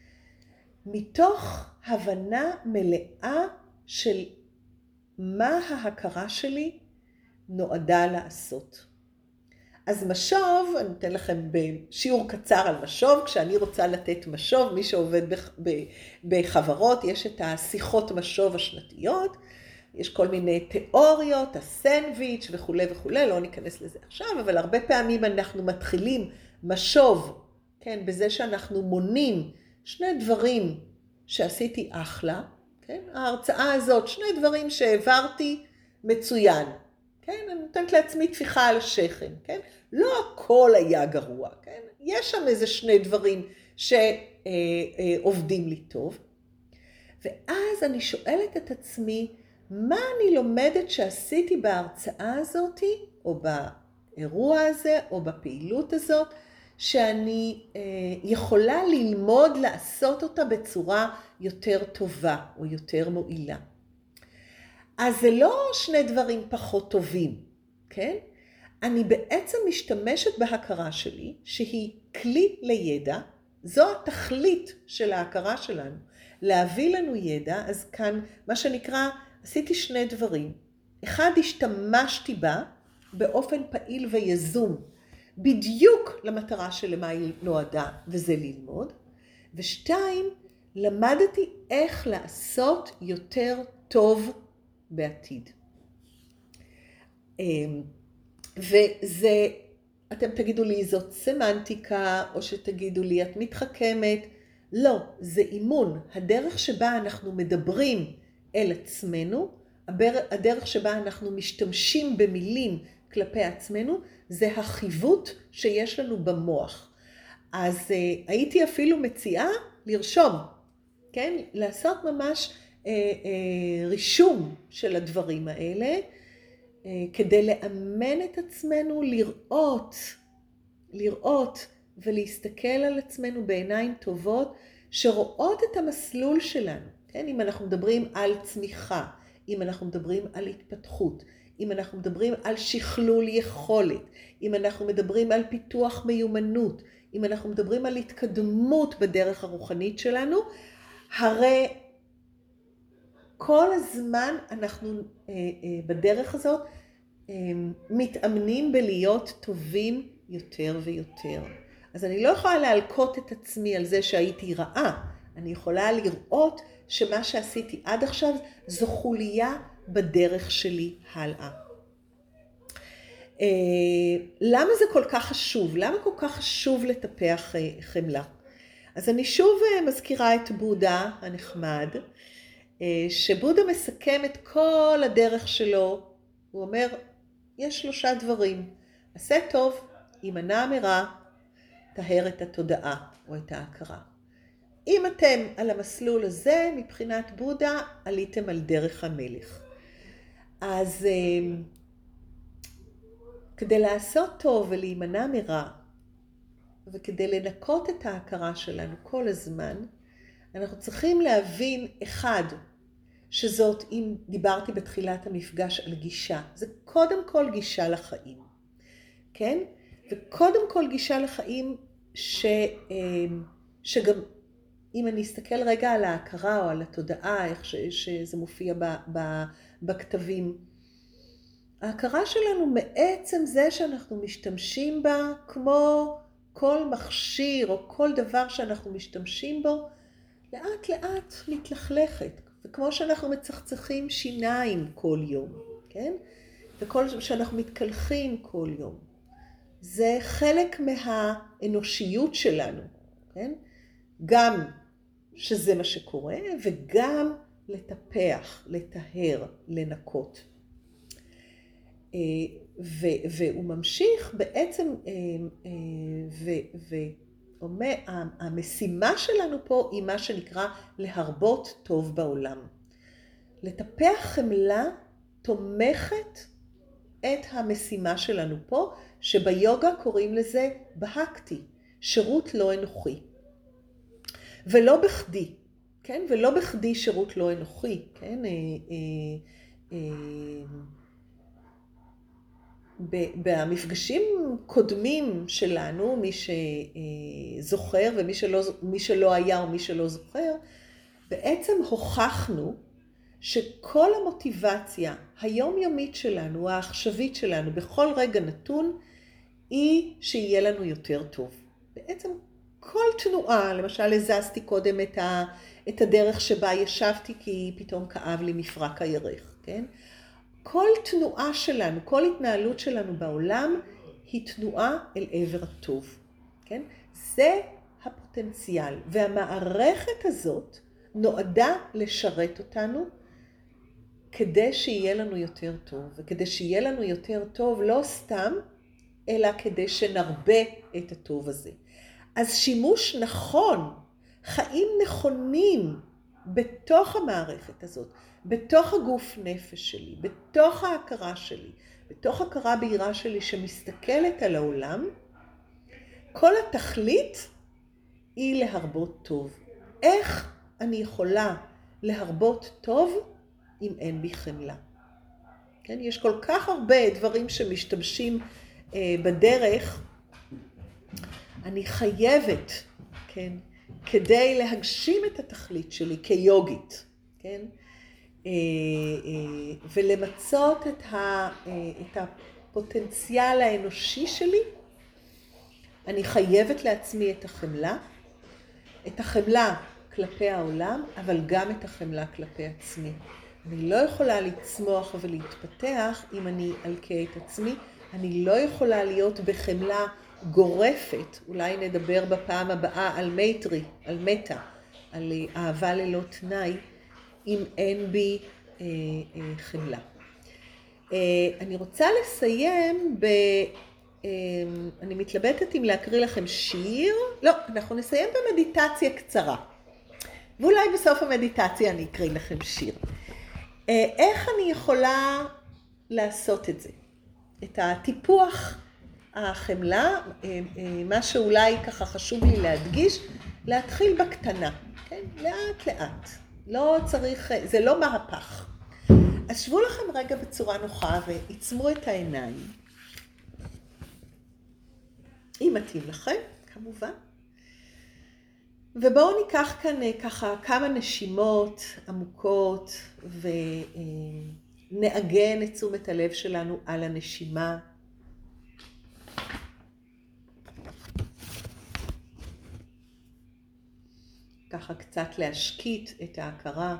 מתוך הבנה מלאה של מה ההכרה שלי נועדה לעשות. אז משוב, אני אתן לכם בשיעור קצר על משוב, כשאני רוצה לתת משוב, מי שעובד בחברות, יש את השיחות משוב השנתיות, יש כל מיני תיאוריות, הסנדוויץ' וכו' וכו', לא ניכנס לזה עכשיו, אבל הרבה פעמים אנחנו מתחילים משוב, כן, בזה שאנחנו מונים שני דברים שעשיתי אחלה, כן, ההרצאה הזאת, שני דברים שהעברתי מצוין, כן, אני נותנת לעצמי תפיחה על השכם, כן, לא הכל היה גרוע, כן, יש שם איזה שני דברים שעובדים לי טוב, ואז אני שואלת את עצמי, מה אני לומדת שעשיתי בהרצאה הזאת, או באירוע הזה, או בפעילות הזאת, שאני יכולה ללמוד לעשות אותה בצורה יותר טובה, או יותר מועילה. אז זה לא שני דברים פחות טובים, כן? אני בעצם משתמשת בהכרה שלי, שהיא כלי לידע, זו התכלית של ההכרה שלנו, להביא לנו ידע, אז כאן מה שנקרא, עשיתי שני דברים. אחד, השתמשתי בה באופן פעיל ויזום, בדיוק למטרה שלמה היא נועדה, וזה ללמוד. ושתיים, למדתי איך לעשות יותר טוב בעתיד. וזה, אתם תגידו לי, זאת סמנטיקה, או שתגידו לי, את מתחכמת. לא, זה אימון. הדרך שבה אנחנו מדברים אל עצמנו, הדרך שבה אנחנו משתמשים במילים כלפי עצמנו, זה החיווט שיש לנו במוח. אז הייתי אפילו מציעה לרשום, כן? לעשות ממש רישום של הדברים האלה, כדי לאמן את עצמנו לראות ולהסתכל על עצמנו בעיניים טובות, שרואות את המסלול שלנו. כן? אם אנחנו מדברים על צמיחה, אם אנחנו מדברים על התפתחות, אם אנחנו מדברים על שכלול יכולת, אם אנחנו מדברים על פיתוח מיומנות, אם אנחנו מדברים על התקדמות בדרך הרוחנית שלנו, הרי כל הזמן אנחנו בדרך הזאת מתאמנים בלהיות טובים יותר ויותר. אז אני לא יכולה להלקות את עצמי על זה שהייתי רעה. אני יכולה לראות שמה שעשיתי עד עכשיו זו חוליה בדרך שלי הלאה. למה זה כל כך חשוב? למה כל כך חשוב לטפח חמלה? אז אני שוב מזכירה את בודה הנחמד, שבודה מסכם את כל הדרך שלו. הוא אומר, יש 3 דברים. עשה טוב, הימנע מרע, טהר את התודעה או את ההכרה. אם אתם על המסלול הזה, מבחינת בודה, עליתם על דרך המלך. אז כדי לעשות טוב ולהימנע מרע, וכדי לנקות את ההכרה שלנו כל הזמן, אנחנו צריכים להבין אחד, שזאת, אם דיברתי בתחילת המפגש על גישה, זה קודם כל גישה לחיים, כן? וקודם כל גישה לחיים שגם אם אני אסתכל רגע על ההכרה או על התודעה, איך שזה מופיע בכתבים, ההכרה שלנו מעצם זה שאנחנו משתמשים בה כמו כל מכשיר או כל דבר שאנחנו משתמשים בו, לאט לאט מתלכלכת. וכמו שאנחנו מצחצחים שיניים כל יום, כן? וכל שאנחנו מתקלחים כל יום. זה חלק מהאנושיות שלנו, כן? גם שזה מה שקורה, וגם לטפח, לטהר, לנקות. והוא ממשיך בעצם, ואומר, המשימה שלנו פה היא מה שנקרא להרבות טוב בעולם. לטפח חמלה תומכת את המשימה שלנו פה, שביוגה קוראים לזה בהקטי, שירות לא אנוכי. ולא בכדי, כן? ולא בכדי שירות לא אנוכי, כן? במפגשים קודמים שלנו, מי שזוכר ומי שלא היה או מי שלא זוכר, בעצם הוכחנו שכל המוטיבציה היומיומית שלנו, העכשווית שלנו, בכל רגע נתון, היא שיהיה לנו יותר טוב. בעצם כל תנועה, למשל הזזתי קודם את הדרך שבה ישבתי כי פתאום כאב לי מפרק הירך, כן? כל תנועה שלנו, כל התנהלות שלנו בעולם היא תנועה אל עבר הטוב, כן? זה הפוטנציאל, והמערכת הזאת נועדה לשרת אותנו כדי שיהיה לנו יותר טוב, וכדי שיהיה לנו יותר טוב לא סתם, אלא כדי שנרבה את הטוב הזה. אז שימוש נכון, חיים נכונים בתוך המערכת הזאת, בתוך הגוף נפש שלי, בתוך ההכרה שלי, בתוך הכרה בהירה שלי שמסתכלת על העולם, כל התכלית היא להרבות טוב. איך אני יכולה להרבות טוב אם אין בי חמלה? כן? יש כל כך הרבה דברים שמשתמשים בדרך, אני חייבת, כן, כדי להגשים את התכלית שלי כיוגית, כן, ולמצות את הפוטנציאל האנושי שלי, אני חייבת לעצמי את החמלה כלפי העולם, אבל גם את החמלה כלפי עצמי. אני לא יכולה לצמוח ולהתפתח אם אני אלקה את עצמי. אני לא יכולה להיות בחמלה גורפת. אולי נדבר בפעם הבאה על מייטרי, על מטה, על אהבה ללא תנאי, אם אין בי חמלה. אני רוצה לסיים אני מתלבטת אם להקריא לכם שיר. לא, אנחנו נסיים במדיטציה קצרה. ואולי בסוף המדיטציה אני אקריא לכם שיר. איך אני יכולה לעשות את זה? את הטיפוח החמלה, מה שאולי ככה חשוב לי להדגיש, להתחיל בקטנה, כן? לאט לאט. לא צריך, זה לא מהפך. אז שבו לכם רגע בצורה נוחה ועיצמו את העיניים. אם מתאים לכם, כמובן. ובואו ניקח כאן ככה כמה נשימות עמוקות ונעגן את תשומת הלב שלנו על הנשימה. ככה קצת להשקיט את ההכרה.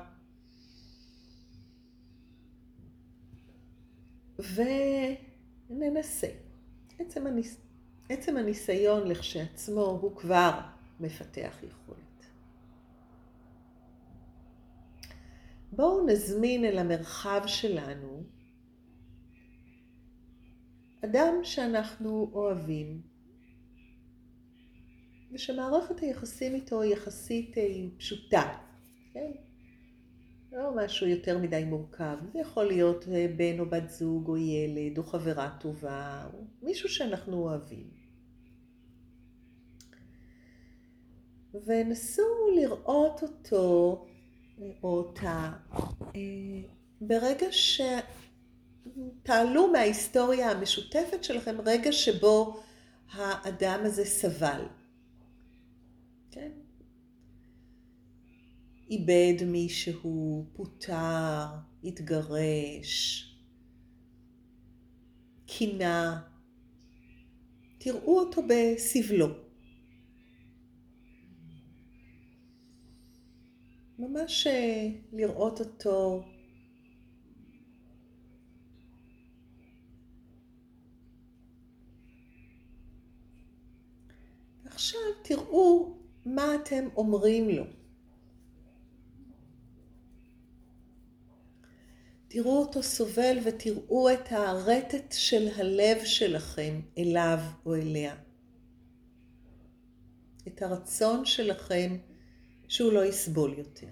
וננסה. עצם הניסיון לכשעצמו הוא כבר מפתח יכולת. בואו נזמין אל המרחב שלנו אדם שאנחנו אוהבים, ושמערכת היחסים איתו היא יחסית פשוטה, כן? לא משהו יותר מדי מורכב. זה יכול להיות בן או בת זוג או ילד או חברה טובה, או מישהו שאנחנו אוהבים. ונסו לראות אותו או אותה ברגע שתעלו מההיסטוריה המשותפת שלכם, רגע שבו האדם הזה סבל. כן? איבד מישהו, פוטר, התגרש, קינה. תראו אותו בסבלו. ממש לראות אותו עכשיו תראו מה אתם אומרים לו. תראו אותו סובל ותראו את הרטט של הלב שלכם אליו או אליה. את הרצון שלכם שהוא לא יסבול יותר.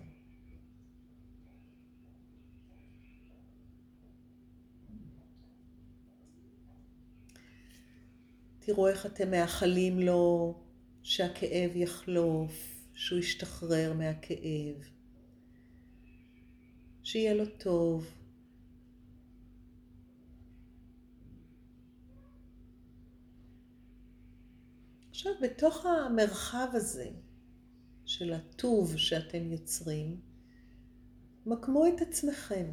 תראו איך אתם מאחלים לו שהכאב יחלוף, שהוא ישתחרר מהכאב, שיהיה לו טוב. עכשיו בתוך המרחב הזה של הטוב שאתם יוצרים, מקמו את עצמכם.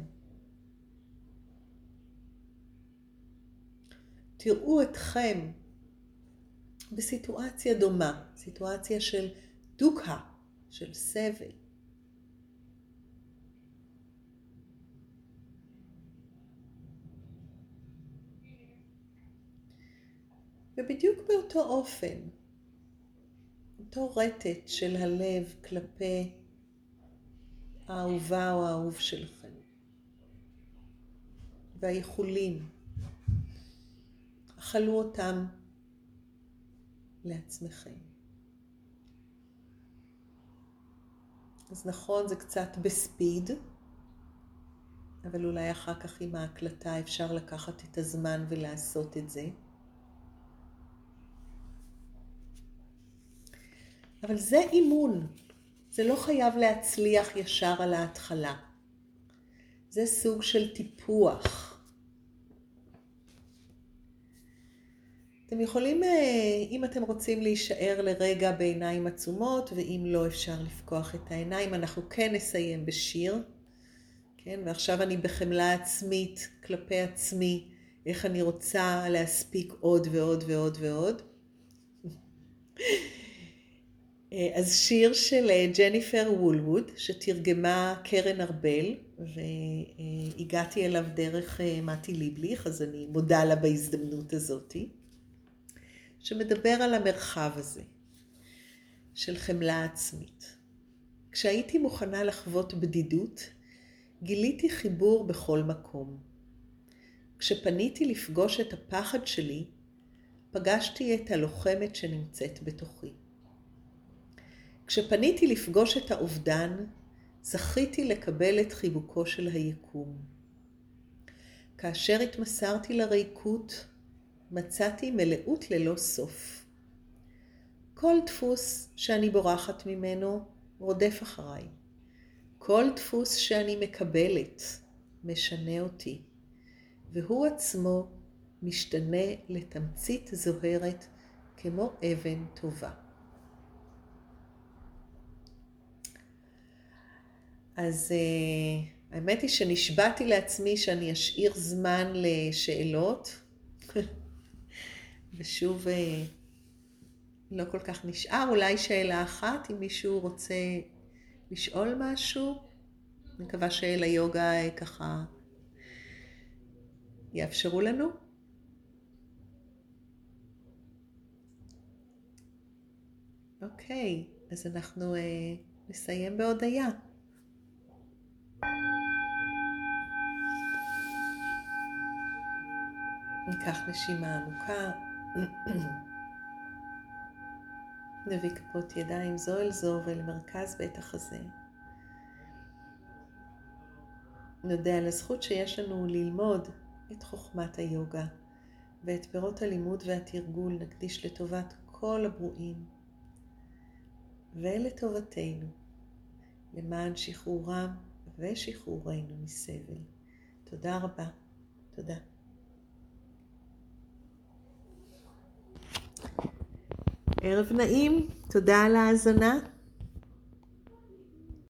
תראו אתכם בסיטואציה דומה, סיטואציה של דוקה, של סבל. ובדיוק באותו אופן, אותו רטט של הלב כלפי האהובה או האהוב שלכם. והאיחולים, אכלו אותם לעצמכם. אז נכון, זה קצת בספיד, אבל אולי אחר כך עם ההקלטה אפשר לקחת את הזמן ולעשות את זה. אבל זה אימון, זה לא חייב להצליח ישר על ההתחלה. זה סוג של טיפוח. אתם יכולים, אם אתם רוצים להישאר לרגע בעיניים עצומות, ואם לא אפשר לפקוח את העיניים, אנחנו כן נסיים בשיר. כן? ועכשיו אני בחמלה עצמית כלפי עצמי, איך אני רוצה להספיק עוד ועוד ועוד ועוד. אז שיר של ג'ניפר וולווד, שתרגמה קרן ארבל, והגעתי אליו דרך מתי ליבליך, אז אני מודה לה בהזדמנות הזאת, שמדבר על המרחב הזה של חמלה עצמית. כשהייתי מוכנה לחוות בדידות, גיליתי חיבור בכל מקום. כשפניתי לפגוש את הפחד שלי, פגשתי את הלוחמת שנמצאת בתוכי. כשפניתי לפגוש את האובדן, זכיתי לקבל את חיבוקו של היקום. כאשר התמסרתי לריקות, מצאתי מלאות ללא סוף. כל דפוס שאני בורחת ממנו רודף אחריי. כל דפוס שאני מקבלת משנה אותי, והוא עצמו משתנה לתמצית זוהרת כמו אבן טובה. אז האמת היא שנשבעתי לעצמי שאני אשאיר זמן לשאלות, ושוב לא כל כך נשאר, אולי שאלה אחת, אם מישהו רוצה לשאול משהו. אני מקווה שאל היוגה ככה יאפשרו לנו. אוקיי, אז אנחנו נסיים בהודיה. ניקח נשימה עמוקה. נביא כפות ידיים זו אל זו ואל מרכז בית החזה. נודה על הזכות שיש לנו ללמוד את חוכמת היוגה, ואת פירות הלימוד והתרגול נקדיש לטובת כל הברואים ולטובתנו, למען שחרורם ושחרורנו מסבל. תודה רבה. תודה. ערב נעים, תודה על ההאזנה.